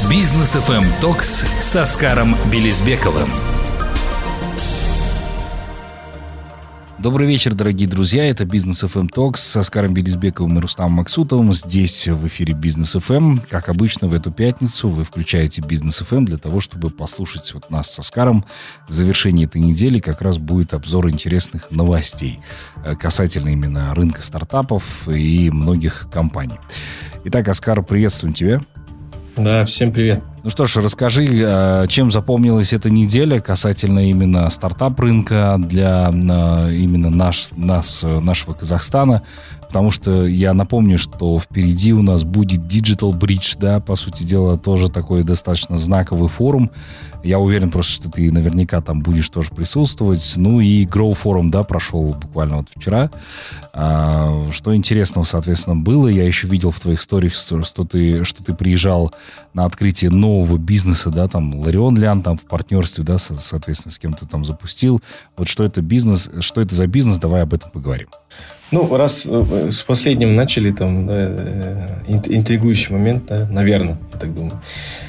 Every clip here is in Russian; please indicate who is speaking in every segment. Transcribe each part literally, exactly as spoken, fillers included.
Speaker 1: Бизнес эф эм Talks с Оскаром Белезбековым. Добрый вечер, дорогие друзья. Это Бизнес эф эм Talks с Оскаром Белезбековым и Рустамом Максутовым. Здесь в эфире Бизнес эф эм. Как обычно, в эту пятницу вы включаете Бизнес эф эм для того, чтобы послушать вот нас с Оскаром. В завершении этой недели как раз будет обзор интересных новостей касательно именно рынка стартапов и многих компаний. Итак, Оскар, приветствуем тебя.
Speaker 2: Да, всем привет.
Speaker 1: Ну что ж, расскажи, чем запомнилась эта неделя касательно именно стартап-рынка для именно наш, нас, нашего Казахстана. Потому что я напомню, что впереди у нас будет Digital Bridge, да, по сути дела, тоже такой достаточно знаковый форум. Я уверен просто, что ты наверняка там будешь тоже присутствовать. Ну и Grow Forum, да, прошел буквально вот вчера. А, что интересного, соответственно, было. Я еще видел в твоих сторис, что, что, ты, что ты приезжал на открытие нового бизнеса, да, там, Ларион Лян, там, в партнерстве, да, со, соответственно, с кем-то там запустил. Вот что это бизнес, что это за бизнес, давай об этом поговорим.
Speaker 2: Ну, раз с последним начали, там, да, интригующий момент, да, наверное, я так думаю.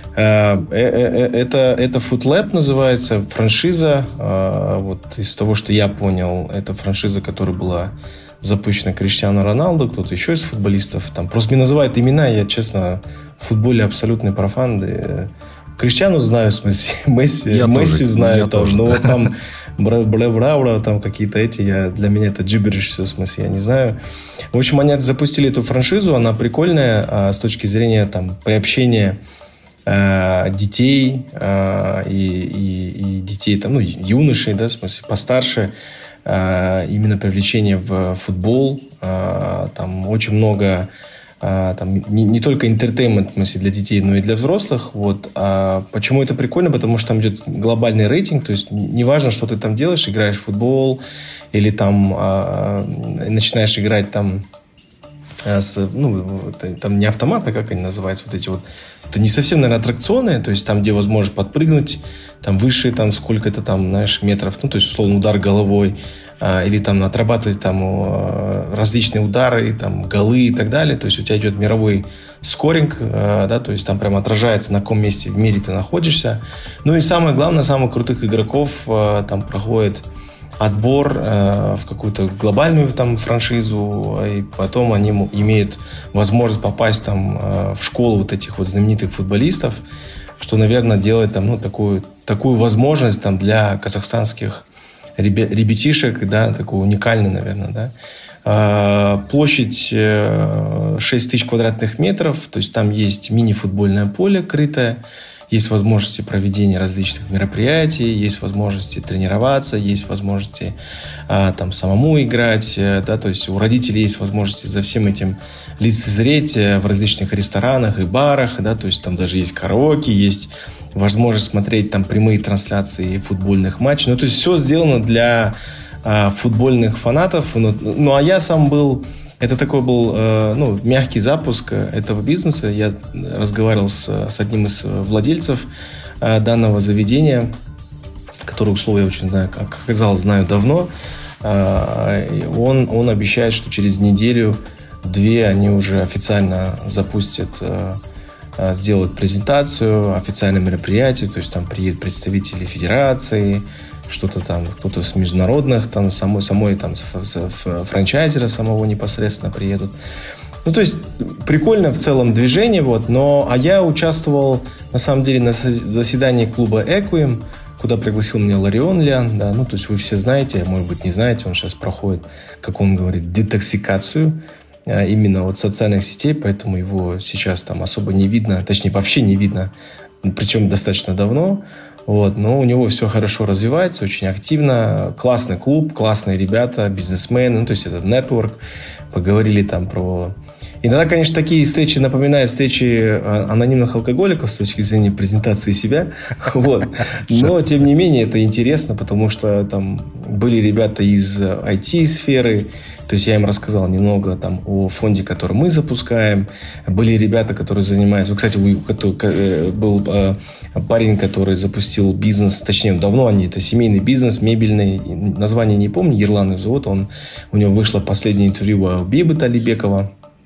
Speaker 2: Это, это Food Lab называется, франшиза. Вот из того, что я понял, это франшиза, которая была запущена Криштиану Роналду, кто-то еще из футболистов. Там просто мне называют имена, я, честно, в футболе абсолютный профан. Криштиану знаю, в смысле, Месси, я Месси тоже, знаю, я там, тоже, но да. там бла-бла-бла, там какие-то эти, я, для меня это джибериш все, в смысле, я не знаю. В общем, они запустили эту франшизу, она прикольная а, с точки зрения там приобщения а, детей а, и, и, и детей, там, ну, юношей, да, в смысле, постарше, а, именно привлечение в футбол, а, там очень много... Там, не, не только entertainment в смысле для детей, но и для взрослых. Вот. А почему это прикольно? Потому что там идет глобальный рейтинг. То есть неважно, что ты там делаешь, играешь в футбол или там а, начинаешь играть там, а, с, ну, там не автомат, а как они называются, вот эти вот. Это не совсем, наверное, аттракционы, то есть там, где возможно подпрыгнуть, там выше, там сколько-то там, знаешь, метров, ну, то есть, условно, удар головой, а, или там отрабатывать там различные удары, там, голы и так далее. То есть у тебя идет мировой скоринг, а, да, то есть там прямо отражается, на каком месте в мире ты находишься. Ну и самое главное, самых крутых игроков а, там проходит отбор э, в какую-то глобальную там франшизу, и потом они имеют возможность попасть там э, в школу вот этих вот знаменитых футболистов, что, наверное, делает там, ну, такую, такую возможность там для казахстанских ребятишек, да, такую уникальную, наверное, да. Э, площадь э, шесть тысяч квадратных метров, то есть там есть мини-футбольное поле крытое, есть возможности проведения различных мероприятий, есть возможности тренироваться, есть возможности а, там самому играть, да, то есть у родителей есть возможности за всем этим лицезреть в различных ресторанах и барах, да, то есть там даже есть караоке, есть возможность смотреть там прямые трансляции футбольных матчей, ну, то есть все сделано для а, футбольных фанатов, ну, ну, а я сам был... Это такой был э, ну, мягкий запуск этого бизнеса. Я разговаривал с, с одним из владельцев э, данного заведения, которого, к слову, я очень знаю, как оказалось, знаю давно. Э, он, он обещает, что через неделю-две они уже официально запустят, э, э, сделают презентацию, официальное мероприятие. То есть там приедут представители федерации, что-то там, кто-то с международных, там, самой, самой там, с, с, с франчайзера самого непосредственно приедут. Ну, то есть, прикольно в целом движение, вот, но, а я участвовал, на самом деле, на заседании клуба Equim, куда пригласил меня Ларион Лян, да, ну, то есть, вы все знаете, может быть, не знаете, он сейчас проходит, как он говорит, детоксикацию а, именно от социальных сетей, поэтому его сейчас там особо не видно, точнее, вообще не видно, причем достаточно давно. Вот, но у него все хорошо развивается, очень активно. Классный клуб, классные ребята, бизнесмены, ну, то есть это нетворк. Поговорили там про... Иногда, конечно, такие встречи напоминают встречи анонимных алкоголиков с точки зрения презентации себя. Вот. Но, тем не менее, это интересно, потому что там были ребята из ай ти-сферы. То есть я им рассказал немного там о фонде, который мы запускаем. Были ребята, которые занимаются... Кстати, был парень, который запустил бизнес, точнее, давно они, это семейный бизнес, мебельный, название не помню, Ерлан его зовут, он, у него вышло последнее интервью у Бибы Талибекова.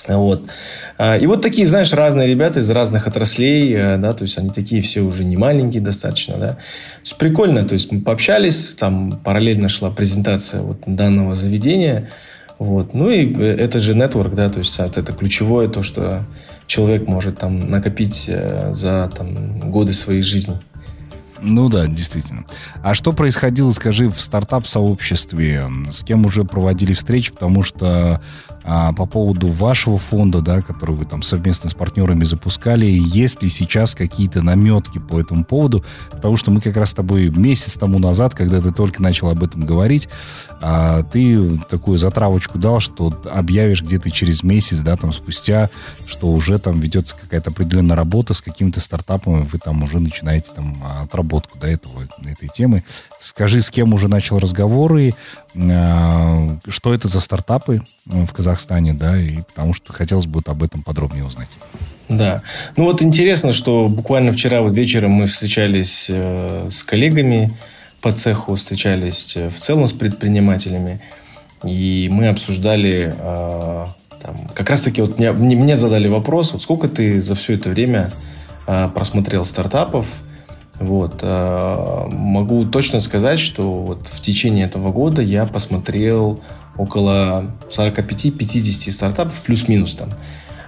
Speaker 2: Вот. И вот такие, знаешь, разные ребята из разных отраслей, да, то есть они такие все уже не маленькие достаточно, да. То есть прикольно, то есть мы пообщались, там параллельно шла презентация вот данного заведения, вот. Ну и это же нетворк, да, то есть это ключевое, то, что человек может там накопить за там годы своей жизни.
Speaker 1: Ну да, действительно. А что происходило, скажи, в стартап-сообществе? С кем уже проводили встречи? Потому что а, по поводу вашего фонда, да, который вы там совместно с партнерами запускали, есть ли сейчас какие-то наметки по этому поводу? Потому что мы как раз с тобой месяц тому назад, когда ты только начал об этом говорить, а, ты такую затравочку дал, что объявишь где-то через месяц, да, там спустя, что уже там ведется какая-то определенная работа с какими-то стартапами, вы там уже начинаете там отработать до этого, этой темы. Скажи, с кем уже начал разговоры, э, что это за стартапы в Казахстане, да, и потому что хотелось бы вот об этом подробнее узнать.
Speaker 2: Да. Ну вот интересно, что буквально вчера вот вечером мы встречались э, с коллегами по цеху, встречались в целом с предпринимателями, и мы обсуждали э, там, как раз-таки вот мне, мне задали вопрос, вот сколько ты за все это время э, просмотрел стартапов. Вот. Могу точно сказать, что вот в течение этого года я посмотрел около сорок пять - пятьдесят стартапов, плюс-минус там.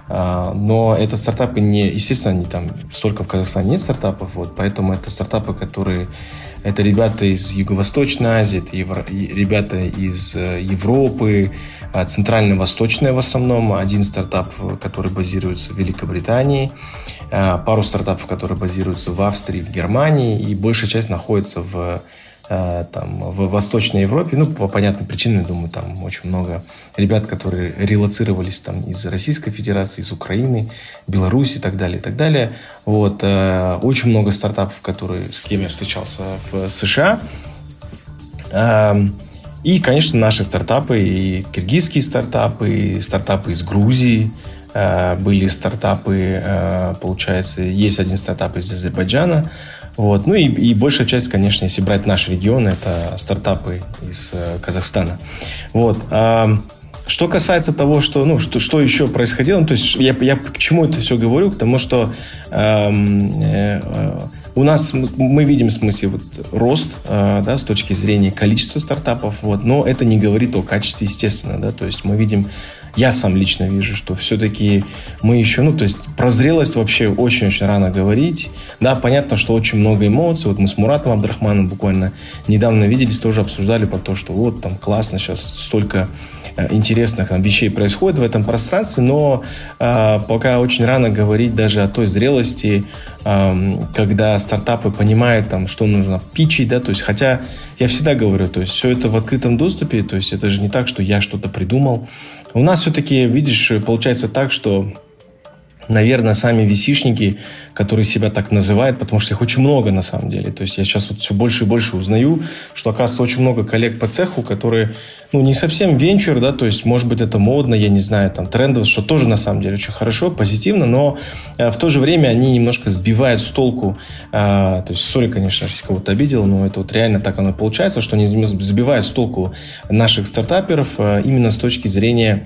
Speaker 2: Но это стартапы не... Естественно, они там... Столько в Казахстане нет стартапов, вот, поэтому это стартапы, которые... Это ребята из Юго-Восточной Азии, это евро, ребята из Европы, Центрально-Восточная в основном. Один стартап, который базируется в Великобритании. Пару стартапов, которые базируются в Австрии, в Германии. И большая часть находится в... Там, в Восточной Европе, ну, по понятным причинам, я думаю, там очень много ребят, которые релоцировались там из Российской Федерации, из Украины, Беларуси и так далее, и так далее. Вот, э, очень много стартапов, которые, с кем я встречался в США. Э, и, конечно, наши стартапы, и киргизские стартапы, и стартапы из Грузии, э, были стартапы, э, получается, есть один стартап из Азербайджана. Вот. Ну и, и большая часть, конечно, если брать наш регион, это стартапы из э, Казахстана. Вот. А, что касается того, что, ну, что, что еще происходило, ну, то есть я, я к чему это все говорю? К тому, что э, э, у нас мы видим в смысле вот, рост э, да, с точки зрения количества стартапов, вот, но это не говорит о качестве, естественно. Да, то есть мы видим, я сам лично вижу, что все-таки мы еще, ну, то есть про зрелость вообще очень-очень рано говорить. Да, понятно, что очень много эмоций. Вот мы с Муратом Абдрахманом буквально недавно виделись, тоже обсуждали про то, что вот там классно, сейчас столько э, интересных там, вещей происходит в этом пространстве, но э, пока очень рано говорить даже о той зрелости, э, когда стартапы понимают, там, что нужно питчить, да, то есть, хотя я всегда говорю, то есть все это в открытом доступе, то есть это же не так, что я что-то придумал. У нас все-таки, видишь, получается так, что, наверное, сами ви си-шники, которые себя так называют, потому что их очень много на самом деле. То есть я сейчас вот все больше и больше узнаю, что, оказывается, очень много коллег по цеху, которые, ну, не совсем венчур, да, то есть, может быть, это модно, я не знаю, там, трендово, что тоже, на самом деле, очень хорошо, позитивно, но э, в то же время они немножко сбивают с толку, э, то есть, сори, конечно, если кого-то обидел, но это вот реально так оно получается, что они сбивают с толку наших стартаперов э, именно с точки зрения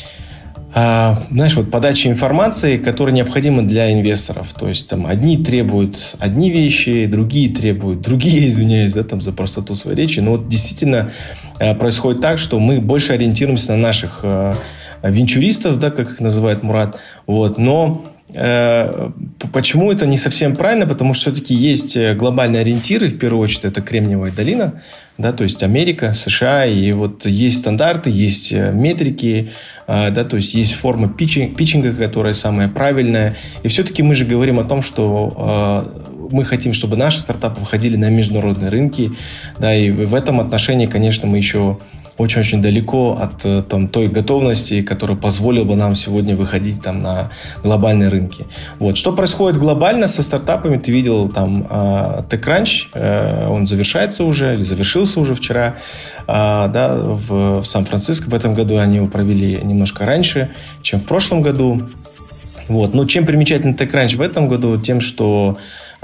Speaker 2: знаешь, вот подача информации, которая необходима для инвесторов. То есть там одни требуют одни вещи, другие требуют другие, извиняюсь, да, там за простоту своей речи. Но вот действительно происходит так, что мы больше ориентируемся на наших венчуристов, да, как их называет Мурат. Вот, но э, почему это не совсем правильно? Потому что все-таки есть глобальные ориентиры, в первую очередь это Кремниевая долина, да, то есть Америка, США, и вот есть стандарты, есть метрики, э, да, то есть есть форма питчинг, питчинга, которая самая правильная. И все-таки мы же говорим о том, что э, мы хотим, чтобы наши стартапы выходили на международные рынки, да, и в этом отношении, конечно, мы еще очень-очень далеко от там, той готовности, которая позволила бы нам сегодня выходить там, на глобальные рынки. Вот. Что происходит глобально со стартапами? Ты видел там TechCrunch, он завершается уже, или завершился уже вчера, да, в, в Сан-Франциско. В этом году они его провели немножко раньше, чем в прошлом году. Вот. Но чем примечателен TechCrunch в этом году? Тем, что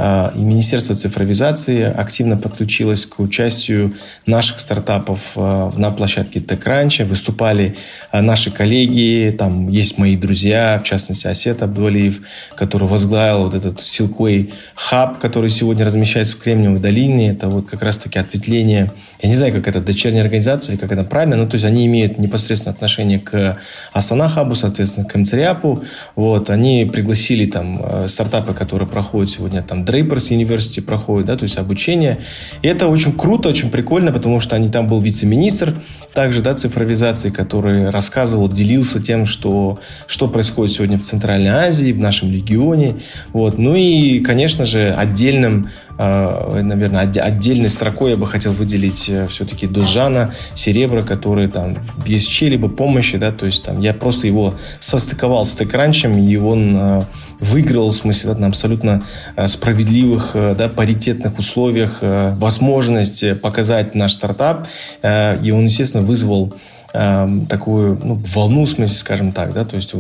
Speaker 2: и Министерство цифровизации активно подключилось к участию наших стартапов на площадке TechCrunch. Выступали наши коллеги, там есть мои друзья, в частности, Асет Абдуалиев, который возглавил вот этот Silkway Hub, который сегодня размещается в Кремниевой долине. Это вот как раз-таки ответвление, я не знаю, как это, дочерняя организация, или как это правильно, но то есть они имеют непосредственно отношение к Астана Хабу, соответственно, к МЦРИАПу. Вот, они пригласили там стартапы, которые проходят сегодня, там Drapers University проходит, да, то есть обучение. И это очень круто, очень прикольно, потому что они, там был вице-министр также, да, цифровизации, который рассказывал, делился тем, что, что происходит сегодня в Центральной Азии, в нашем регионе. Вот. Ну и, конечно же, отдельным, э, наверное, отдельной строкой я бы хотел выделить все-таки Дозжана Серебро, который там без чьей-либо помощи, да, то есть там я просто его состыковал с TechCrunch, и он э, выиграл, в смысле, да, на абсолютно справедливых, да, паритетных условиях э, возможность показать наш стартап, э, и он, естественно, вызвал э, такую, ну, волну, в смысле, скажем так, да, то есть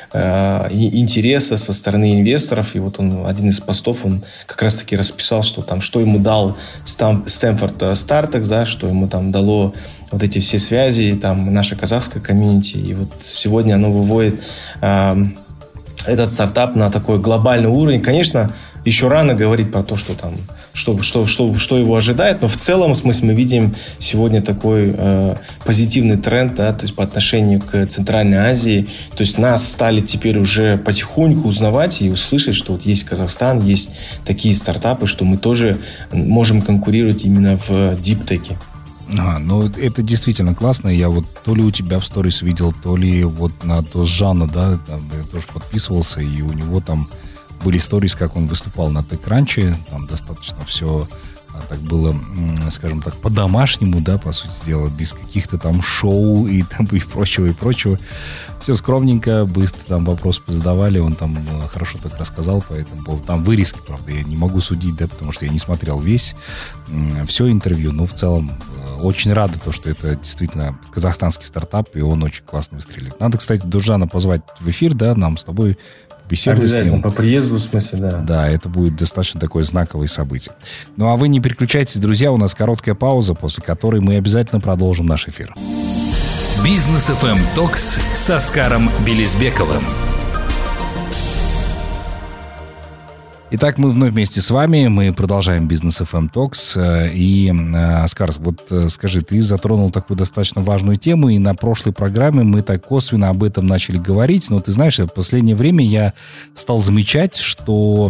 Speaker 2: э, интереса со стороны инвесторов, и вот он, один из постов, он как раз-таки расписал, что там, что ему дал Стэнфорд Стартекс, да, что ему там дало вот эти все связи, там, наша казахская комьюнити, и вот сегодня оно выводит э, этот стартап на такой глобальный уровень. Конечно, еще рано говорить про то, что там, что, что, что, что его ожидает, но в целом, в смысле, мы видим сегодня такой э, позитивный тренд, да, то есть по отношению к Центральной Азии. То есть нас стали теперь уже потихоньку узнавать и услышать, что вот есть Казахстан, есть такие стартапы, что мы тоже можем конкурировать именно в диптеке.
Speaker 1: А, ну, это действительно классно. Я вот то ли у тебя в сторис видел, то ли вот на Дозжана, да, там, я тоже подписывался, и у него там были сторис, как он выступал на TechCrunch. Там достаточно все так было, скажем так, по-домашнему, да, по сути дела, без каких-то там шоу и там и прочего, и прочего. Все скромненько, быстро там вопросы позадавали, он там хорошо так рассказал по этому поводу. Там вырезки, правда, я не могу судить, да, потому что я не смотрел весь все интервью, но в целом очень рады, то, что это действительно казахстанский стартап, и он очень классно выстреливает. Надо, кстати, Дозжана позвать в эфир, да, нам с тобой беседовать с ним.
Speaker 2: По приезду, в смысле, да.
Speaker 1: Да, это будет достаточно такое знаковое событие. Ну, а вы не переключайтесь, друзья, у нас короткая пауза, после которой мы обязательно продолжим наш эфир.
Speaker 3: Бизнес эф эм Talks с Оскаром Белезбековым.
Speaker 1: Итак, мы вновь вместе с вами, мы продолжаем Бизнес эф эм Talks. И, Оскар, вот скажи, ты затронул такую достаточно важную тему, и на прошлой программе мы так косвенно об этом начали говорить, но ты знаешь, в последнее время я стал замечать, что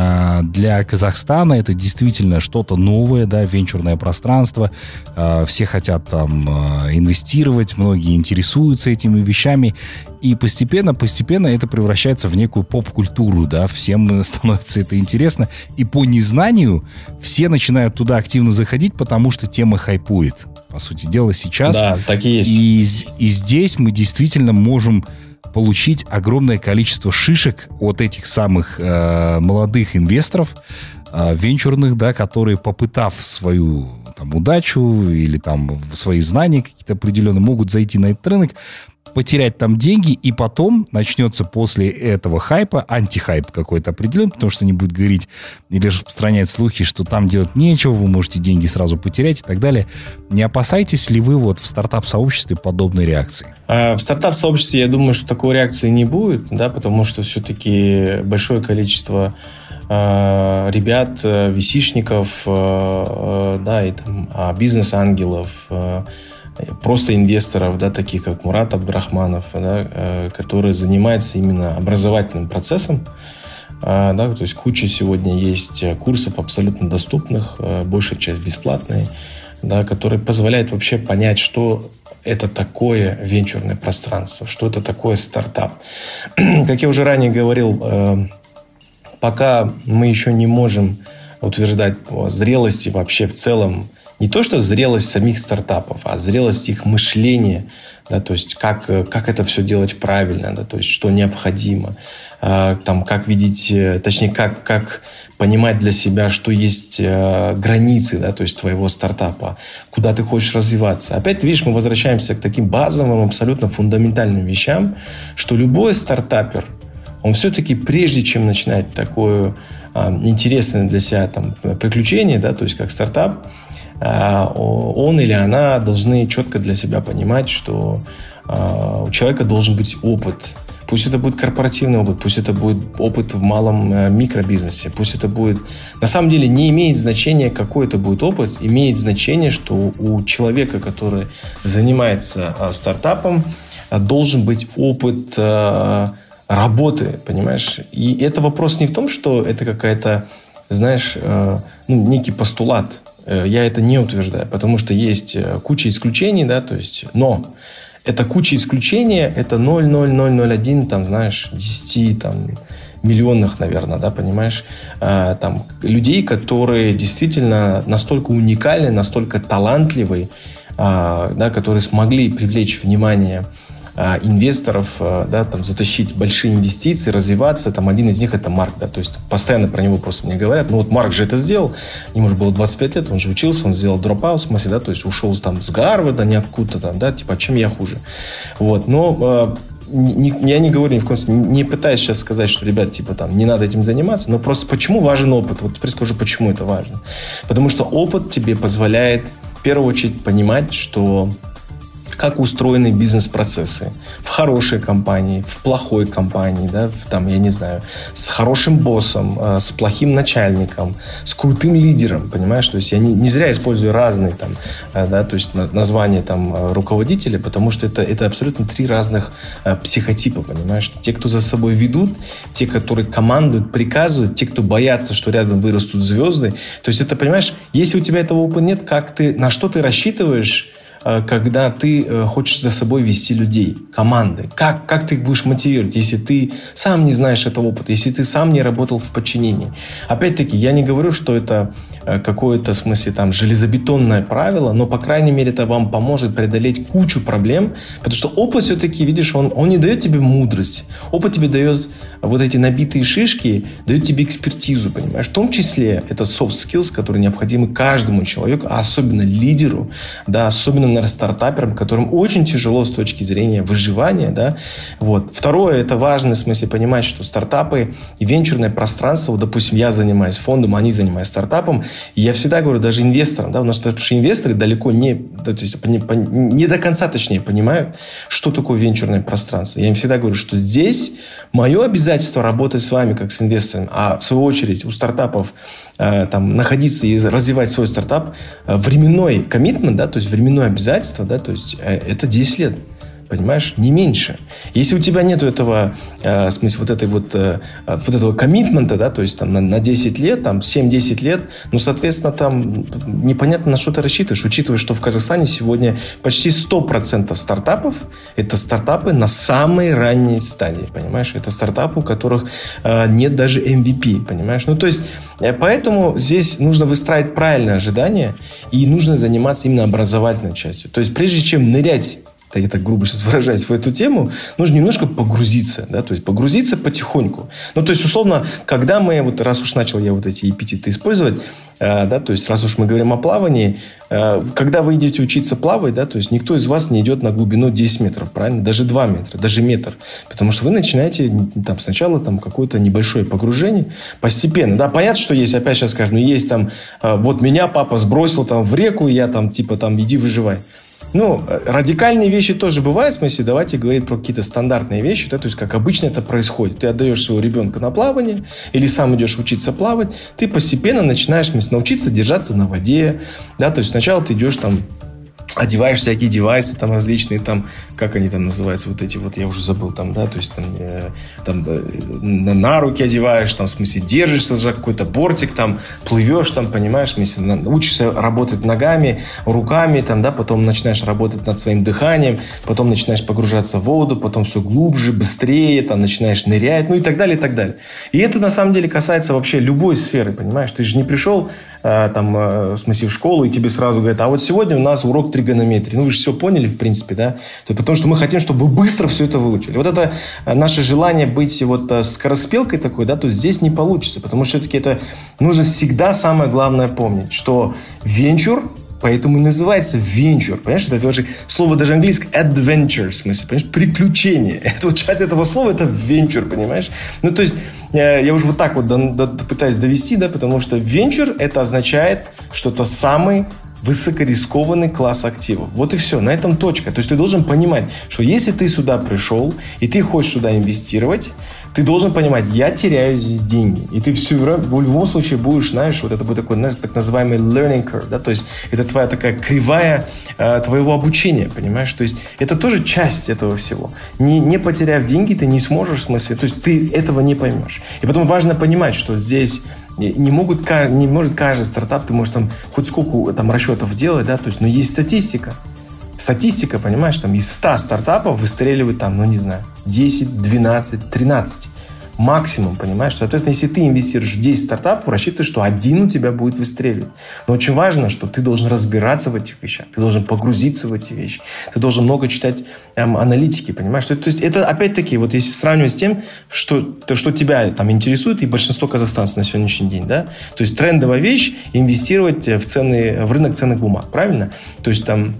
Speaker 1: для Казахстана это действительно что-то новое, да, венчурное пространство, все хотят там инвестировать, многие интересуются этими вещами, и постепенно, постепенно это превращается в некую поп-культуру, да, всем становится это интересно, и по незнанию все начинают туда активно заходить, потому что тема хайпует, по сути дела, сейчас.
Speaker 2: Да, так и есть.
Speaker 1: И, и здесь мы действительно можем получить огромное количество шишек от этих самых э, молодых инвесторов, э, венчурных, да, которые, попытав свою там удачу или там свои знания какие-то определенные, могут зайти на этот рынок, потерять там деньги, и потом начнется после этого хайпа антихайп какой-то определенный, потому что они будут говорить или распространять слухи, что там делать нечего, вы можете деньги сразу потерять и так далее. Не опасаетесь ли вы вот в стартап-сообществе подобной реакции?
Speaker 2: В стартап-сообществе, я думаю, что такой реакции не будет, да, потому что все-таки большое количество э, ребят, э, ви си-шников, э, э, да, и там бизнес-ангелов, э, просто инвесторов, да, таких как Мурат Абдурахманов, да, которые занимаются именно образовательным процессом. Да, то есть куча сегодня есть курсов абсолютно доступных, большая часть бесплатные, да, которые позволяют вообще понять, что это такое венчурное пространство, что это такое стартап. Как я уже ранее говорил, пока мы еще не можем утверждать о зрелости вообще в целом, не то, что зрелость самих стартапов, а зрелость их мышления, да, то есть как, как это все делать правильно, да, то есть что необходимо, э, там, как видеть, точнее, как, как понимать для себя, что есть э, границы, да, то есть твоего стартапа, куда ты хочешь развиваться. Опять, видишь, мы возвращаемся к таким базовым, абсолютно фундаментальным вещам, что любой стартапер он все-таки, прежде чем начинать такое а, интересное для себя там, приключение, да, то есть как стартап, а, он или она должны четко для себя понимать, что а, у человека должен быть опыт. Пусть это будет корпоративный опыт, пусть это будет опыт в малом э, микробизнесе, пусть это будет... На самом деле не имеет значения, какой это будет опыт, имеет значение, что у человека, который занимается э, стартапом, э, должен быть опыт э, работы, понимаешь? И это вопрос не в том, что это какая-то, знаешь, э, ну, некий постулат. Э, я это не утверждаю, потому что есть куча исключений, да, то есть... Но... Это куча исключений, это ноль целых ноль ноль ноль один, там, знаешь, десять там, миллионных, наверное, да, понимаешь, а, там, людей, которые действительно настолько уникальны, настолько талантливы, а, да, которые смогли привлечь внимание а, инвесторов, а, да, там, затащить большие инвестиции, развиваться. Там, один из них это Марк, да, то есть постоянно про него просто мне говорят, ну вот Марк же это сделал, ему же было двадцать пять лет, он же учился, он сделал дропаут, в смысле, да, то есть ушел там с Гарварда, не откуда-то там, да, типа, чем я хуже. Вот, но а, не, я не говорю ни в коем случае, не пытаюсь сейчас сказать, что, ребят, типа, там, не надо этим заниматься, но просто почему важен опыт? Вот теперь скажу, почему это важно. Потому что опыт тебе позволяет, в первую очередь, понимать, что как устроены бизнес-процессы в хорошей компании, в плохой компании, да, в, там, я не знаю, с хорошим боссом, э, с плохим начальником, с крутым лидером, понимаешь? То есть я не, не зря использую разные там, э, да, то есть на, названия там руководителя, потому что это, это абсолютно три разных э, психотипа, понимаешь? Те, кто за собой ведут, те, которые командуют, приказывают, те, кто боятся, что рядом вырастут звезды. То есть это, понимаешь, если у тебя этого опыта нет, как ты, на что ты рассчитываешь, когда ты хочешь за собой вести людей, команды? Как, как ты их будешь мотивировать, если ты сам не знаешь этого опыта, если ты сам не работал в подчинении? Опять-таки, я не говорю, что это какое-то, в смысле, там, железобетонное правило, но, по крайней мере, это вам поможет преодолеть кучу проблем, потому что опыт все-таки, видишь, он, он не дает тебе мудрость. Опыт тебе дает вот эти набитые шишки, дает тебе экспертизу, понимаешь? В том числе это soft skills, которые необходимы каждому человеку, а особенно лидеру, да, особенно, наверное, стартаперам, которым очень тяжело с точки зрения выживания, да. Вот. Второе, это важно, в смысле, понимать, что стартапы и венчурное пространство, вот, допустим, я занимаюсь фондом, они занимаются стартапом, и я всегда говорю, даже инвесторам, да, у нас, потому что инвесторы далеко не, то есть, не, не до конца, точнее, понимают, что такое венчурное пространство. Я им всегда говорю, что здесь мое обязательство работать с вами, как с инвестором, а в свою очередь у стартапов э, там, находиться и развивать свой стартап, э, временной коммитмент, да, то есть временное обязательство, да, то есть э, это десять лет. Понимаешь? Не меньше. Если у тебя нету этого, э, в смысле, вот этой вот, э, вот этого коммитмента, да, то есть там на, на десять лет, там семь-десять лет, ну, соответственно, там непонятно, на что ты рассчитываешь, учитывая, что в Казахстане сегодня почти сто процентов стартапов – это стартапы на самой ранней стадии, понимаешь? Это стартапы, у которых э, нет даже эм ви пи, понимаешь? Ну, то есть, э, поэтому здесь нужно выстраивать правильное ожидание и нужно заниматься именно образовательной частью. То есть, прежде чем нырять, я так грубо сейчас выражаюсь, в эту тему, нужно немножко погрузиться, да, то есть погрузиться потихоньку. Ну, то есть, условно, когда мы, вот раз уж начал я вот эти эпитеты использовать, э, да, то есть, раз уж мы говорим о плавании, э, когда вы идете учиться плавать, да, то есть, никто из вас не идет на глубину десять метров, правильно? Даже два метра, даже метр. Потому что вы начинаете там сначала там какое-то небольшое погружение, постепенно, да, понятно, что есть, опять сейчас скажем, ну, есть там, э, вот меня папа сбросил там в реку, и я там, типа, там, иди выживай. Ну, радикальные вещи тоже бывают, в смысле, давайте говорить про какие-то стандартные вещи, да, то есть, как обычно это происходит. Ты отдаешь своего ребенка на плавание, или сам идешь учиться плавать, ты постепенно начинаешь, в смысле, научиться держаться на воде, да, то есть, сначала ты идешь там, одеваешь всякие девайсы там различные, там, как они там называются, вот эти вот, я уже забыл, там, да, то есть там, э, там э, на, на руки одеваешь, там, в смысле, держишься за какой-то бортик, там, плывешь, там, понимаешь, в смысле, на, учишься работать ногами, руками, там, да, потом начинаешь работать над своим дыханием, потом начинаешь погружаться в воду, потом все глубже, быстрее, там, начинаешь нырять, ну, и так далее, и так далее. И это, на самом деле, касается вообще любой сферы, понимаешь, ты же не пришел, э, там, э, в смысле, в школу, и тебе сразу говорят, а вот сегодня у нас урок тригонометрии. Ну, вы же все поняли, в принципе, да? То, потому что мы хотим, чтобы вы быстро все это выучили. Вот это наше желание быть вот скороспелкой такой, да, то здесь не получится, потому что все-таки это нужно всегда самое главное помнить, что венчур поэтому и называется venture. Понимаешь, это даже слово даже английское adventure, в смысле, понимаешь, приключение. Это вот часть этого слова, это venture, понимаешь? Ну, то есть, я уже вот так вот до, до, пытаюсь довести, да, потому что venture это означает, что это самый высокорискованный класс активов. Вот и все. На этом точка. То есть ты должен понимать, что если ты сюда пришел, и ты хочешь сюда инвестировать, ты должен понимать, я теряю здесь деньги. И ты все, в любом случае будешь, знаешь, вот это будет такой, знаешь, так называемый learning curve, да, то есть это твоя такая кривая э, твоего обучения, понимаешь? То есть это тоже часть этого всего. Не, не потеряв деньги, ты не сможешь, в смысле, то есть ты этого не поймешь. И потом важно понимать, что здесь не могут, не может каждый стартап, ты можешь там хоть сколько там расчетов делать, да, то есть, но есть статистика. Статистика, понимаешь, там из ста стартапов выстреливает там, ну не знаю, десять, двенадцать, тринадцать. Максимум, понимаешь? Соответственно, если ты инвестируешь в десять стартапов, рассчитывай, что один у тебя будет выстреливать. Но очень важно, что ты должен разбираться в этих вещах, ты должен погрузиться в эти вещи, ты должен много читать эм, аналитики, понимаешь? То, то есть это, опять-таки, вот если сравнивать с тем, что, то, что тебя там интересует, и большинство казахстанцев на сегодняшний день, да? То есть трендовая вещь – инвестировать в, ценные, в рынок ценных бумаг, правильно? То есть там...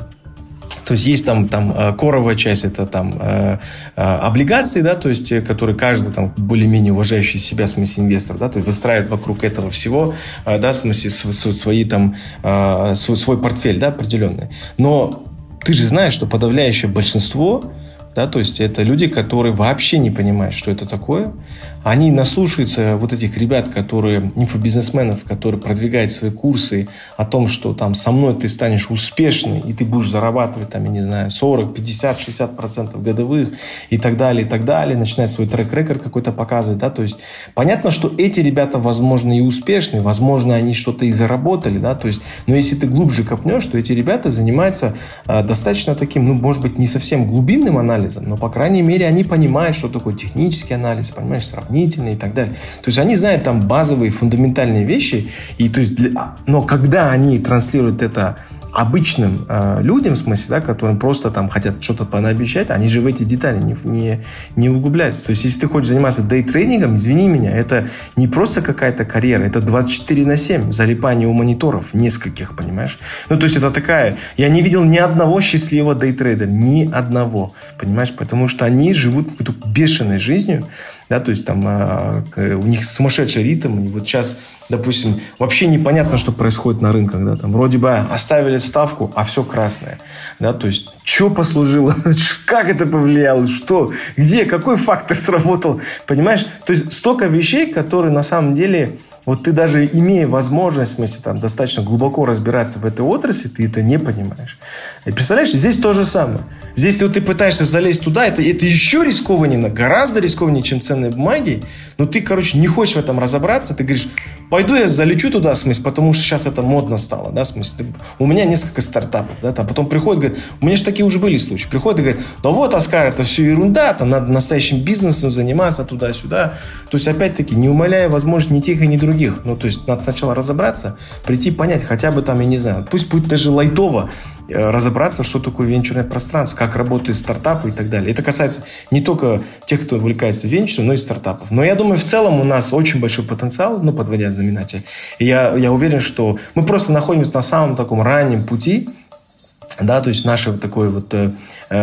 Speaker 2: То есть есть там, там коровая часть, это там э, э, облигации, да, то есть которые каждый там более-менее уважающий себя, в смысле инвестор, да, то есть выстраивает вокруг этого всего, э, да, в смысле свои там э, свой, свой портфель, да, определенный. Но ты же знаешь, что подавляющее большинство, да, то есть это люди, которые вообще не понимают, что это такое. Они наслушаются вот этих ребят, которые, инфобизнесменов, которые продвигают свои курсы о том, что там со мной ты станешь успешным, и ты будешь зарабатывать там, я не знаю, сорок, пятьдесят, шестьдесят процентов годовых и так далее, и так далее. Начинать свой трек-рекорд какой-то показывать, да, то есть понятно, что эти ребята, возможно, и успешны, возможно, они что-то и заработали, да, то есть, но если ты глубже копнешь, то эти ребята занимаются э, достаточно таким, ну, может быть, не совсем глубинным анализом, но, по крайней мере, они понимают, что такое технический анализ, понимаешь, сравнительный и так далее. То есть они знают там базовые, фундаментальные вещи, и, то есть, для... но когда они транслируют это обычным э, людям, в смысле, да, которым просто там хотят что-то понаобещать, они же в эти детали не, не, не углубляются. То есть, если ты хочешь заниматься дейтрейдингом, извини меня, это не просто какая-то карьера, это двадцать четыре на семь залипание у мониторов, нескольких, понимаешь? Ну, то есть, это такая... Я не видел ни одного счастливого дейтрейдера, ни одного, понимаешь? Потому что они живут какой-то бешеной жизнью, да, то есть там э, у них сумасшедший ритм, и вот сейчас, допустим, вообще непонятно, что происходит на рынках, да, там вроде бы оставили ставку, а все красное, да, то есть что послужило, как это повлияло, что, где, какой фактор сработал, понимаешь, то есть столько вещей, которые на самом деле... Вот ты даже имея возможность, в смысле, там, достаточно глубоко разбираться в этой отрасли, ты это не понимаешь. И представляешь, здесь то же самое. Здесь вот ты пытаешься залезть туда, это, это еще рискованнее, гораздо рискованнее, чем ценные бумаги. Но ты, короче, не хочешь в этом разобраться. Ты говоришь, пойду я залечу туда, в смысле, потому что сейчас это модно стало. Да, в смысле, ты, у меня несколько стартапов. Да, там, потом приходят, говорят, у меня же такие уже были случаи. Приходят и говорят, да вот, Оскар, это все ерунда, там надо настоящим бизнесом заниматься туда-сюда. То есть, опять-таки, не умаляя возможность ни тех, ни других. Ну, то есть, надо сначала разобраться, прийти, понять, хотя бы там, я не знаю, пусть будет даже лайтово, разобраться, что такое венчурное пространство, как работают стартапы и так далее. Это касается не только тех, кто увлекается венчуром, но и стартапов. Но я думаю, в целом у нас очень большой потенциал, ну, подводя знаменатель. И я, я уверен, что мы просто находимся на самом таком раннем пути, да, то есть наше такое вот э,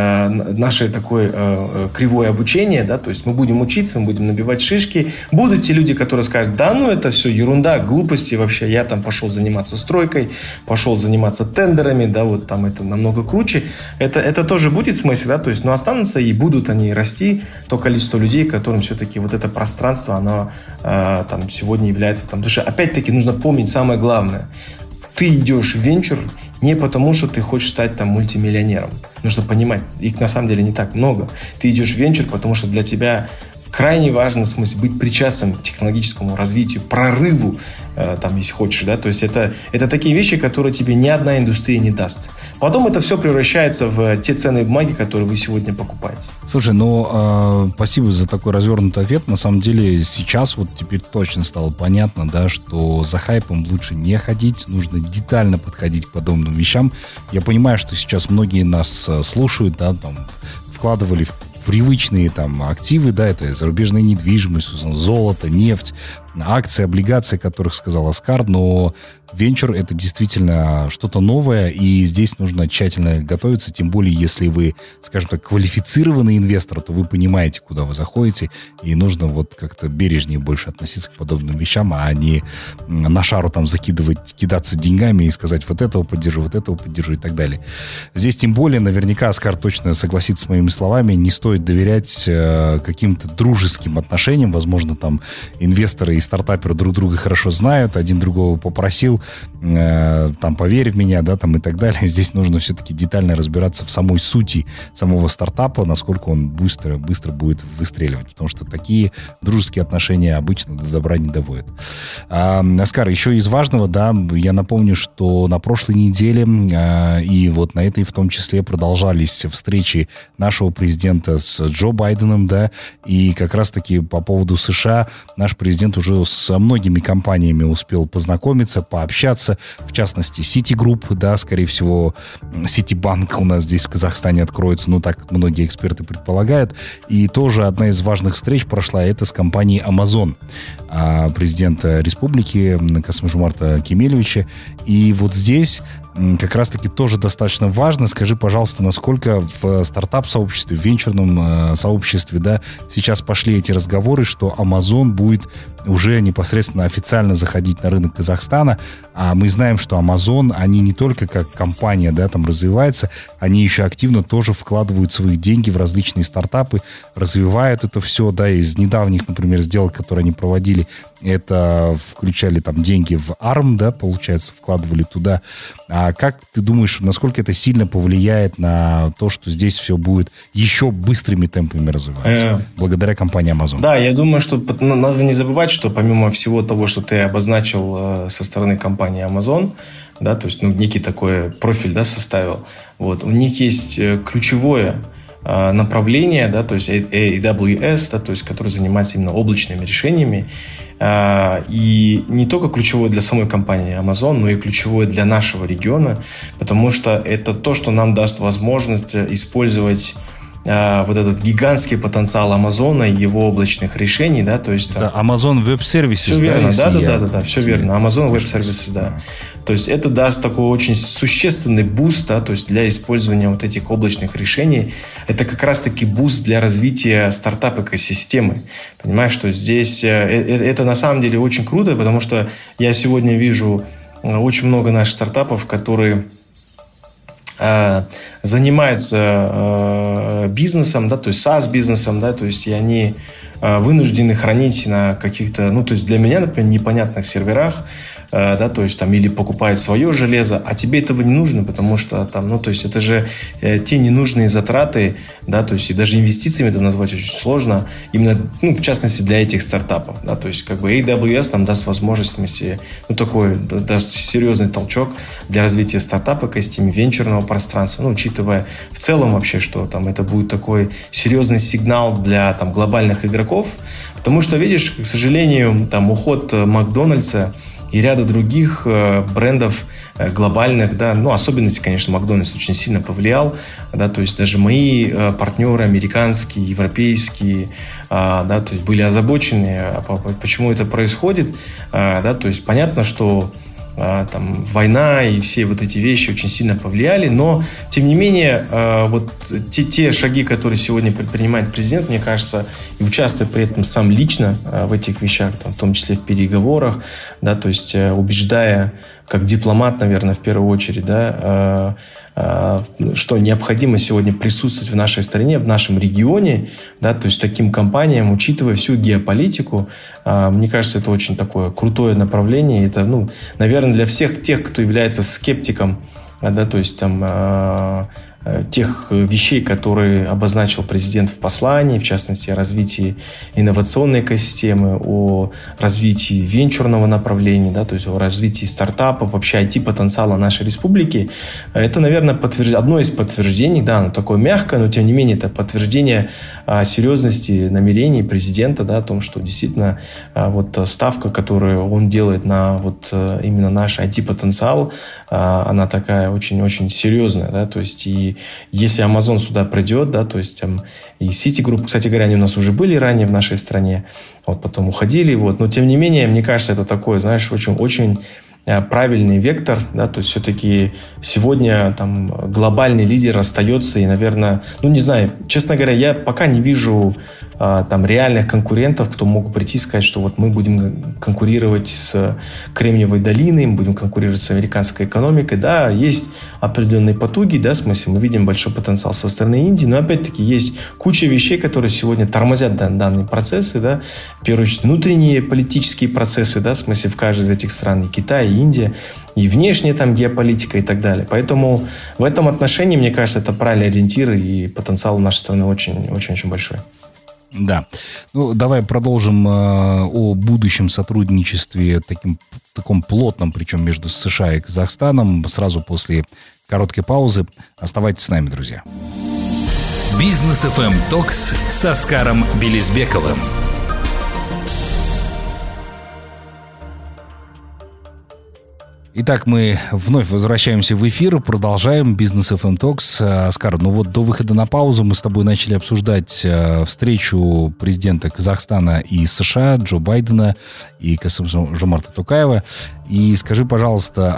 Speaker 2: наше такое э, кривое обучение, да, то есть мы будем учиться, мы будем набивать шишки. Будут те люди, которые скажут, да, ну это все ерунда, глупости вообще, я там пошел заниматься стройкой, пошел заниматься тендерами, да, вот там это намного круче. Это, это тоже будет смысл, да, то есть, но останутся и будут они расти, то количество людей, которым все-таки вот это пространство, оно э, там сегодня является там, потому что опять-таки нужно помнить самое главное. Ты идешь в венчур не потому, что ты хочешь стать там мультимиллионером. Нужно понимать, их на самом деле не так много. Ты идешь в венчур, потому что для тебя крайне важно, в смысле, быть причастным к технологическому развитию, прорыву, э, там, если хочешь, да, то есть это, это такие вещи, которые тебе ни одна индустрия не даст. Потом это все превращается в те ценные бумаги, которые вы сегодня покупаете.
Speaker 1: Слушай, ну, э, спасибо за такой развернутый ответ. На самом деле сейчас вот теперь точно стало понятно, да, что за хайпом лучше не ходить, нужно детально подходить к подобным вещам. Я понимаю, что сейчас многие нас слушают, да, там, вкладывали в привычные там активы, да, это зарубежная недвижимость, золото, нефть, акции, облигации, о которых сказал Оскар, но венчур — это действительно что-то новое, и здесь нужно тщательно готовиться, тем более, если вы, скажем так, квалифицированный инвестор, то вы понимаете, куда вы заходите, и нужно вот как-то бережнее больше относиться к подобным вещам, а не на шару там закидывать, кидаться деньгами и сказать вот этого поддержу, вот этого поддержу и так далее. Здесь тем более, наверняка, Оскар точно согласится с моими словами, не стоит доверять э, каким-то дружеским отношениям, возможно, там инвесторы и стартаперы друг друга хорошо знают, один другого попросил, э, там, поверь в меня, да, там, и так далее. Здесь нужно все-таки детально разбираться в самой сути самого стартапа, насколько он быстро, быстро будет выстреливать, потому что такие дружеские отношения обычно до добра не доводят. А, Оскар, еще из важного, да, я напомню, что на прошлой неделе а, и вот на этой в том числе продолжались встречи нашего президента с Джо Байденом, да, и как раз-таки по поводу США наш президент уже с многими компаниями успел познакомиться, пообщаться, в частности, Citigroup, да, скорее всего, Citibank у нас здесь в Казахстане откроется, ну, так многие эксперты предполагают, и тоже одна из важных встреч прошла, это с компанией Amazon, президента республики Касым-Жомарта Кемелевича, и вот здесь как раз-таки тоже достаточно важно. Скажи, пожалуйста, насколько в стартап-сообществе, в венчурном э, сообществе, да, сейчас пошли эти разговоры, что Amazon будет уже непосредственно официально заходить на рынок Казахстана, а мы знаем, что Amazon, они не только как компания, да, там развиваются, они еще активно тоже вкладывают свои деньги в различные стартапы, развивают это все, да, из недавних, например, сделок, которые они проводили, это включали там деньги в арм, да, получается, вкладывали туда. А как ты думаешь, насколько это сильно повлияет на то, что здесь все будет еще быстрыми темпами развиваться, э, благодаря компании Amazon?
Speaker 2: Да, я думаю, что надо не забывать, что помимо всего того, что ты обозначил со стороны компании Amazon, да, то есть ну, некий такой профиль, да, составил, вот, у них есть ключевое направление, да, то есть эй дабл ю эс, да, то есть который занимается именно облачными решениями. И не только ключевое для самой компании Amazon, но и ключевое для нашего региона, потому что это то, что нам даст возможность использовать вот этот гигантский потенциал Амазона и его облачных решений, да, то есть...
Speaker 1: Это Amazon Web Services,
Speaker 2: все верно, да, да, да, да, да, все верно, Amazon Web Services, да. То есть это даст такой очень существенный буст, да, то есть для использования вот этих облачных решений. Это как раз-таки буст для развития стартап-экосистемы. Понимаешь, что здесь это на самом деле очень круто, потому что я сегодня вижу очень много наших стартапов, которые занимаются бизнесом, да, то есть SaaS-бизнесом, да, то есть и они вынуждены хранить на каких-то, ну, то есть для меня, например, непонятных серверах, да, то есть там или покупает свое железо, а тебе этого не нужно, потому что там, ну, то есть это же э, те ненужные затраты, да, то есть и даже инвестициями это назвать очень сложно, именно, ну, в частности для этих стартапов, да, то есть как бы эй дабл ю эс нам даст возможность, в смысле, ну, такой, даст серьезный толчок для развития стартапа, экосистемы, венчурного пространства, ну, учитывая в целом вообще, что там это будет такой серьезный сигнал для там глобальных игроков, потому что, видишь, к сожалению, там уход Макдональдса и ряда других э, брендов э, глобальных, да, ну, особенности, конечно, Макдональдс очень сильно повлиял, да, то есть даже мои э, партнеры американские, европейские, э, да, то есть были озабочены, почему это происходит, э, да, то есть понятно, что там война и все вот эти вещи очень сильно повлияли, но тем не менее вот те, те шаги, которые сегодня предпринимает президент, мне кажется, и участвует при этом сам лично в этих вещах, там, в том числе в переговорах, да, то есть убеждая, как дипломат, наверное, в первую очередь, да, что необходимо сегодня присутствовать в нашей стране, в нашем регионе, да, то есть таким компаниям, учитывая всю геополитику, мне кажется, это очень такое крутое направление. Это, ну, наверное, для всех тех, кто является скептиком, да, то есть там тех вещей, которые обозначил президент в послании, в частности, о развитии инновационной экосистемы, о развитии венчурного направления, да, то есть о развитии стартапов, вообще ай ти-потенциала нашей республики. Это, наверное, подтвержд... одно из подтверждений, да, оно такое мягкое, но тем не менее это подтверждение а, серьезности намерений президента, да, о том, что действительно а, вот ставка, которую он делает на вот а, именно наш ай ти-потенциал, а, она такая очень-очень серьезная, да, то есть и если Amazon сюда придет, да, то есть там и Citigroup, кстати говоря, они у нас уже были ранее в нашей стране, вот потом уходили, вот, но тем не менее, мне кажется, это такое, знаешь, очень, очень правильный вектор, да, то есть все-таки сегодня там глобальный лидер остается и, наверное, ну не знаю, честно говоря, я пока не вижу а, там реальных конкурентов, кто мог прийти и сказать, что вот мы будем конкурировать с Кремниевой долиной, мы будем конкурировать с американской экономикой, да, есть определенные потуги, да, в смысле мы видим большой потенциал со стороны Индии, но опять-таки есть куча вещей, которые сегодня тормозят данные процессы, да, в первую очередь внутренние политические процессы, да, в смысле в каждой из этих стран, и Китай, и Индия, и внешняя там геополитика и так далее. Поэтому в этом отношении, мне кажется, это правильный ориентир, и потенциал у нашей страны очень-очень большой.
Speaker 1: Да. Ну, давай продолжим э, о будущем сотрудничестве, таким, таком плотном, причем между США и Казахстаном, сразу после короткой паузы. Оставайтесь с нами, друзья.
Speaker 3: Бизнес эф эм Talks с Оскаром Белизбековым.
Speaker 1: Итак, мы вновь возвращаемся в эфир, продолжаем Бизнес эф эм Talks. Оскар, ну вот до выхода на паузу мы с тобой начали обсуждать встречу президента Казахстана и США Джо Байдена и Касым-Жомарта Токаева. И скажи, пожалуйста,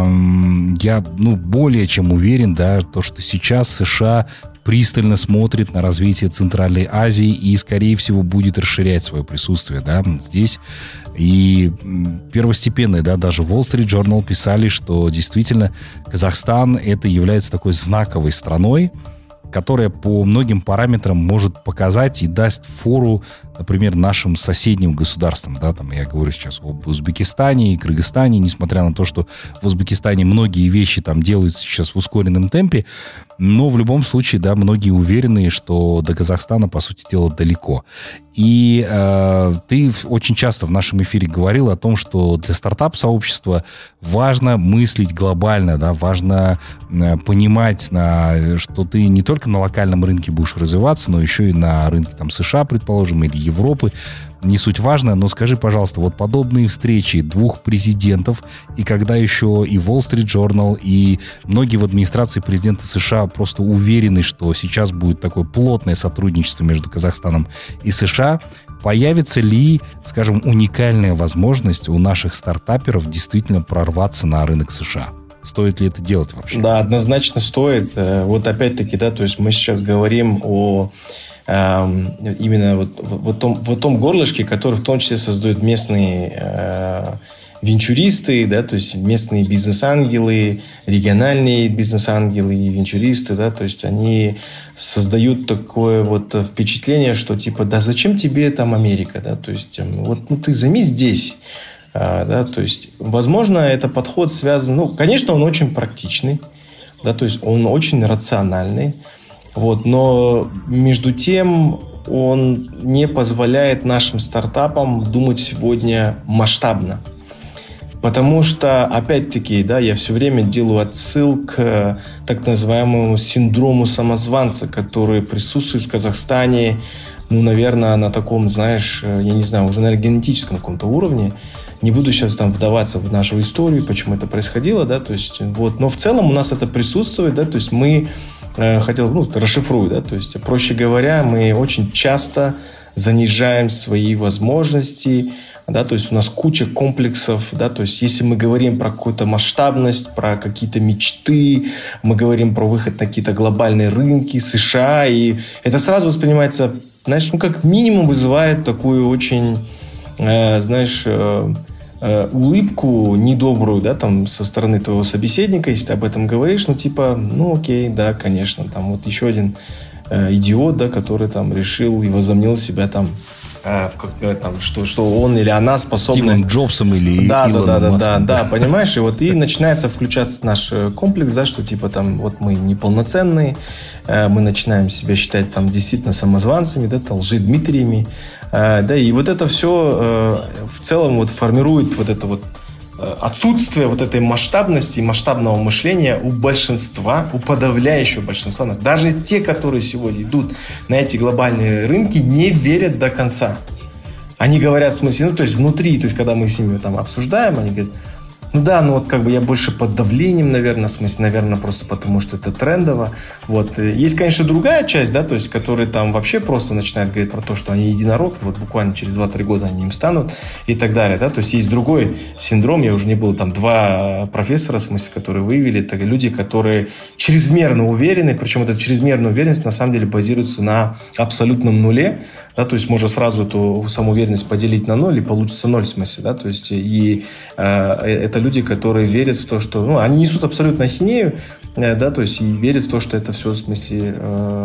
Speaker 1: я ну, более чем уверен, да, то, что сейчас США пристально смотрит на развитие Центральной Азии и, скорее всего, будет расширять свое присутствие, да, здесь. И первостепенные, да, даже Wall Street Journal писали, что действительно Казахстан это является такой знаковой страной, которая по многим параметрам может показать и даст фору, например, нашим соседним государствам. Да, там я говорю сейчас об Узбекистане и Кыргызстане, несмотря на то, что в Узбекистане многие вещи там делаются сейчас в ускоренном темпе, но в любом случае, да, многие уверены, что до Казахстана, по сути дела, далеко. И э, ты очень часто в нашем эфире говорил о том, что для стартап-сообщества важно мыслить глобально, да, важно э, понимать, на, что ты не только на локальном рынке будешь развиваться, но еще и на рынке там, США, предположим, или Европы. Не суть важно, но скажи, пожалуйста, вот подобные встречи двух президентов, и когда еще и Wall Street Journal, и многие в администрации президента США просто уверены, что сейчас будет такое плотное сотрудничество между Казахстаном и США, появится ли, скажем, уникальная возможность у наших стартаперов действительно прорваться на рынок США? Стоит ли это делать вообще?
Speaker 2: Да, однозначно стоит. Вот опять-таки, да, то есть мы сейчас говорим о именно вот, вот, том, вот том горлышке, который в том числе создают местные э, венчуристы, да, то есть местные бизнес-ангелы, региональные бизнес-ангелы и венчуристы, да, то есть они создают такое вот впечатление, что типа, да зачем тебе там Америка, да, то есть вот ну, ты займи здесь, а, да, то есть возможно это подход связан, ну, конечно, он очень практичный, да, то есть он очень рациональный. Вот, но между тем он не позволяет нашим стартапам думать сегодня масштабно. Потому что, опять-таки, да, я все время делаю отсыл к так называемому синдрому самозванца, который присутствует в Казахстане, ну, наверное, на таком, знаешь, я не знаю, уже на генетическом каком-то уровне. Не буду сейчас там вдаваться в нашу историю, почему это происходило, да, то есть, вот, но в целом у нас это присутствует, да, то есть мы хотел, ну, расшифрую, да, то есть, проще говоря, мы очень часто занижаем свои возможности, да, то есть у нас куча комплексов, да, то есть если мы говорим про какую-то масштабность, про какие-то мечты, мы говорим про выход на какие-то глобальные рынки США, и это сразу воспринимается, знаешь, ну, как минимум вызывает такую очень, э, знаешь, э, улыбку недобрую, да, там, со стороны твоего собеседника, если ты об этом говоришь, ну, типа, ну, окей, да, конечно, там, вот еще один э, идиот, да, который, там, решил и возомнил себя, там, э, в как, там, что, что он или она способны...
Speaker 1: Стивом Джобсом или
Speaker 2: да,
Speaker 1: Илоном
Speaker 2: да, да,
Speaker 1: Маском.
Speaker 2: да, да, понимаешь, и вот, и начинается включаться наш комплекс, да, что, типа, там, вот мы неполноценные, э, мы начинаем себя считать, там, действительно самозванцами, да, там, лжедмитриями. Да, и вот это все э, в целом вот формирует вот это вот э, отсутствие вот этой масштабности, масштабного мышления у большинства, у подавляющего большинства. Даже те, которые сегодня идут на эти глобальные рынки, не верят до конца. Они говорят в смысле, ну, то есть внутри, то есть когда мы с ними там обсуждаем, они говорят, Ну да, ну вот как бы я больше под давлением, наверное, в смысле, наверное, просто потому что это трендово. Вот. Есть, конечно, другая часть, да, то есть, которые там вообще просто начинают говорить про то, что они единорог, вот буквально через два-три года они им станут и так далее, да, то есть есть другой синдром, я уже не был, там два профессора, в смысле, которые выявили, это люди, которые чрезмерно уверены, причем эта чрезмерная уверенность на самом деле базируется на абсолютном нуле, да, то есть можно сразу эту самоуверенность поделить на ноль и получится ноль в смысле, да, то есть и э, это люди, которые верят в то, что, ну, они несут абсолютно ахинею, э, да, то есть и верят в то, что это все в смысле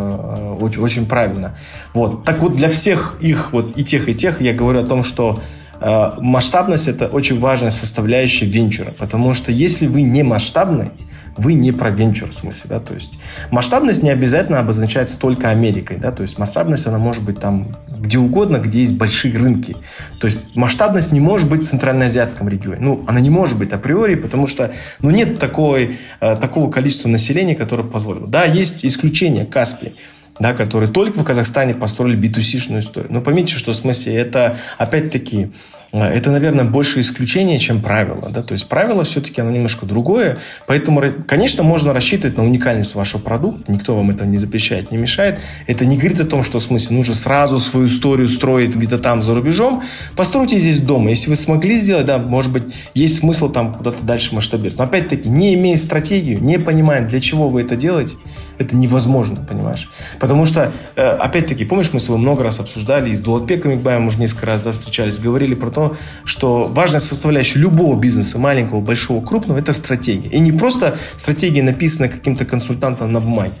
Speaker 2: э, очень, очень правильно. Вот, так вот для всех их, вот и тех, и тех я говорю о том, что э, масштабность это очень важная составляющая венчура, потому что если вы не масштабный, вы не про венчур в смысле, да, то есть масштабность не обязательно обозначается только Америкой, да, то есть масштабность, она может быть там где угодно, где есть большие рынки, то есть масштабность не может быть в центральноазиатском регионе, ну, она не может быть априори, потому что, ну, нет такой, э, такого количества населения, которое позволило. Да, есть исключения, Каспий, да, которые только в Казахстане построили би ту си-шную историю, но поймите, что в смысле это, опять-таки, это, наверное, больше исключение, чем правило. Да? То есть правило все-таки оно немножко другое. Поэтому, конечно, можно рассчитывать на уникальность вашего продукта. Никто вам это не запрещает, не мешает. Это не говорит о том, что в смысле нужно сразу свою историю строить где-то там за рубежом. Постройте здесь дома. Если вы смогли сделать, да, может быть, есть смысл там куда-то дальше масштабировать. Но опять-таки, не имея стратегию, не понимая, для чего вы это делаете, это невозможно, понимаешь? Потому что, опять-таки, помнишь, мы с тобой много раз обсуждали, и с Дулатбеком Икбаем уже несколько раз да, встречались, говорили про то, что важная составляющая любого бизнеса, маленького, большого, крупного, это стратегия. И не просто стратегия, написанная каким-то консультантом на бумаге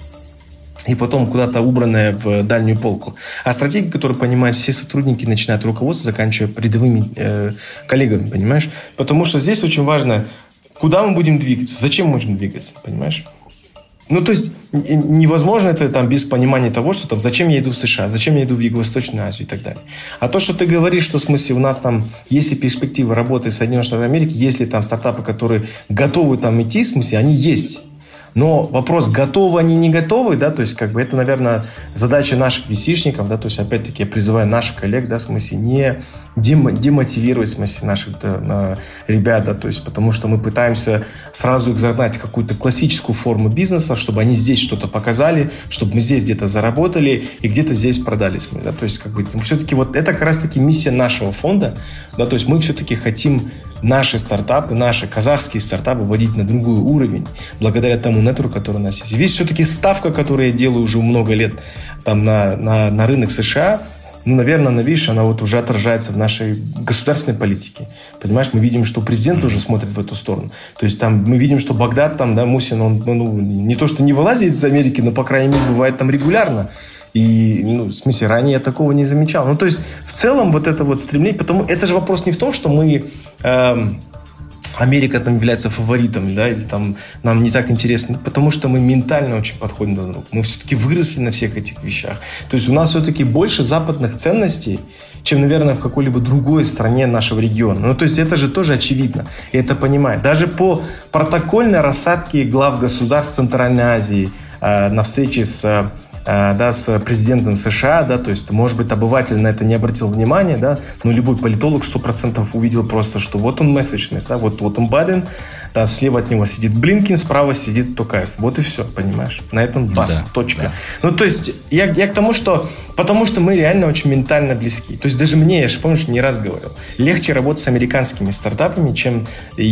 Speaker 2: и потом куда-то убранная в дальнюю полку, а стратегия, которую понимают все сотрудники, начиная от руководства, заканчивая рядовыми э, коллегами, понимаешь? Потому что здесь очень важно, куда мы будем двигаться, зачем мы будем двигаться, понимаешь? Ну, то есть, невозможно это там без понимания того, что там, зачем я иду в США, зачем я иду в Юго-Восточную Азию и так далее. А то, что ты говоришь, что в смысле у нас там, если перспективы работы в Соединенных Штатах Америки, если там стартапы, которые готовы там идти, в смысле, они есть. Но вопрос, готовы они, не готовы, да, то есть, как бы, это, наверное, задача наших ви си-шников, да, то есть, опять-таки, я призываю наших коллег, да, в смысле, не демотивировать, в смысле, наших да, ребят, да, то есть, потому что мы пытаемся сразу их загнать в какую-то классическую форму бизнеса, чтобы они здесь что-то показали, чтобы мы здесь где-то заработали и где-то здесь продали, да, то есть, как бы, все-таки вот это как раз-таки миссия нашего фонда, да, то есть, мы все-таки хотим наши стартапы, наши казахские стартапы вводить на другой уровень, благодаря тому нетворку, который у нас есть. Весь все-таки ставка, которую я делаю уже много лет там, на, на, на рынок США, ну, наверное, она, видишь, она вот уже отражается в нашей государственной политике. Понимаешь, мы видим, что президент уже смотрит в эту сторону. То есть там мы видим, что Багдад, там, да, Мусин, он ну, не то, что не вылазит из Америки, но, по крайней мере, бывает там регулярно. И, ну, в смысле, ранее я такого не замечал. Ну, то есть, в целом, вот это вот стремление... Потому это же вопрос не в том, что мы... Эм, Америка там является фаворитом, да, или там нам не так интересно, потому что мы ментально очень подходим друг к другу. Мы все-таки выросли на всех этих вещах. То есть у нас все-таки больше западных ценностей, чем, наверное, в какой-либо другой стране нашего региона. Ну, то есть это же тоже очевидно, и это понимает. Даже по протокольной рассадке глав государств Центральной Азии э, на встрече с да, с президентом США, да, то есть, может быть, обыватель на это не обратил внимания, да, но любой политолог сто процентов увидел просто, что вот он месседжность, да, вот, вот он Байден, да, слева от него сидит Блинкен, справа сидит Токаев. Вот и все, понимаешь? На этом бас, да, точка. Да. Ну, то есть, я, я к тому, что потому что мы реально очень ментально близки. То есть, даже мне, я же, помнишь, не раз говорил, легче работать с американскими стартапами, чем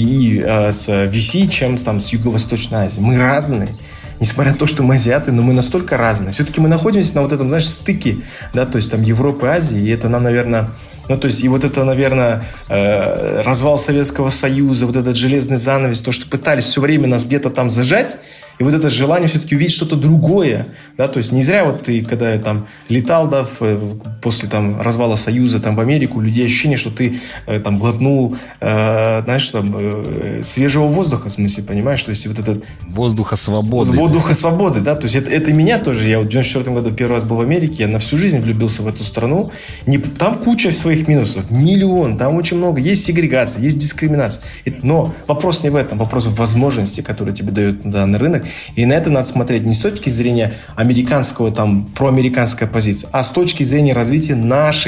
Speaker 2: и э, с ви си, чем там, с Юго-Восточной Азией. Мы разные. Несмотря на то, что мы азиаты, но мы настолько разные. Все-таки мы находимся на вот этом, знаешь, стыке, да, то есть там Европы и Азии, и это нам, наверное, ну, то есть, и вот это, наверное, э, развал Советского Союза, вот этот железный занавес, то, что пытались все время нас где-то там зажать, и вот это желание все-таки увидеть что-то другое, да, то есть не зря вот ты, когда я там летал, да, в, после там развала Союза там в Америку, у людей ощущение, что ты э, там глотнул, э, знаешь, там э, свежего воздуха, в смысле, понимаешь, то есть вот этот...
Speaker 1: Воздуха свободы.
Speaker 2: Воздуха свободы, да, то есть это, это меня тоже, я вот в девяносто четвёртом году первый раз был в Америке, я на всю жизнь влюбился в эту страну, не, там куча своих минусов, миллион, там очень много, есть сегрегация, есть дискриминация, но вопрос не в этом, вопрос в возможности, которые тебе дает данный рынок. И на это надо смотреть не с точки зрения американского, там, проамериканской позиции, а с точки зрения развития наших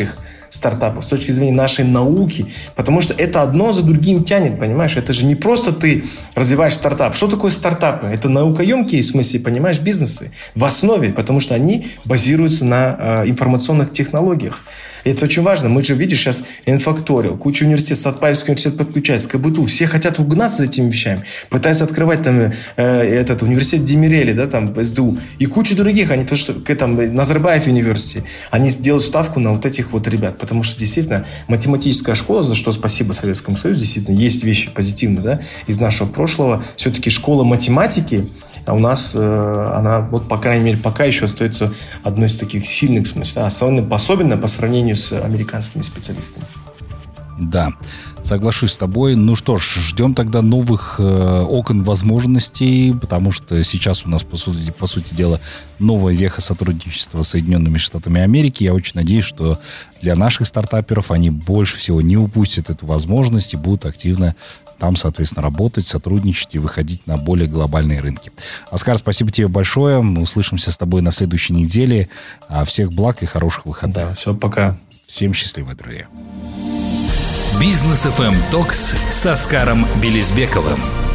Speaker 2: стартапов, с точки зрения нашей науки, потому что это одно за другим тянет, понимаешь? Это же не просто ты развиваешь стартап. Что такое стартапы? Это наукоемкие, в смысле, понимаешь, бизнесы в основе, потому что они базируются на э, информационных технологиях. И это очень важно. Мы же, видишь, сейчас инфакториал, куча университетов, Сатпаевский университет подключается, КБТУ. Все хотят угнаться за этими вещами. Пытаются открывать там э, этот университет Демирели, да, там, СДУ. И куча других. Они, потому что, там, Назарбаев университет, они делают ставку на вот этих вот ребят. Потому что, действительно, математическая школа, за что спасибо Советскому Союзу, действительно, есть вещи позитивные, да, из нашего прошлого. Все-таки школа математики, а у нас э, она, вот, по крайней мере, пока еще остается одной из таких сильных, в смысле, особенно, особенно по сравнению с американскими специалистами.
Speaker 1: Да, соглашусь с тобой. Ну что ж, ждем тогда новых э, окон возможностей, потому что сейчас у нас, по сути, по сути дела, новая веха сотрудничества с Соединенными Штатами Америки. Я очень надеюсь, что для наших стартаперов они больше всего не упустят эту возможность и будут активно там, соответственно, работать, сотрудничать и выходить на более глобальные рынки. Оскар, спасибо тебе большое. Мы услышимся с тобой на следующей неделе. Всех благ и хороших выходных.
Speaker 2: Да, все, пока.
Speaker 1: Всем счастливо, друзья.
Speaker 3: Бизнес эф эм Talks с Оскаром Белизбековым.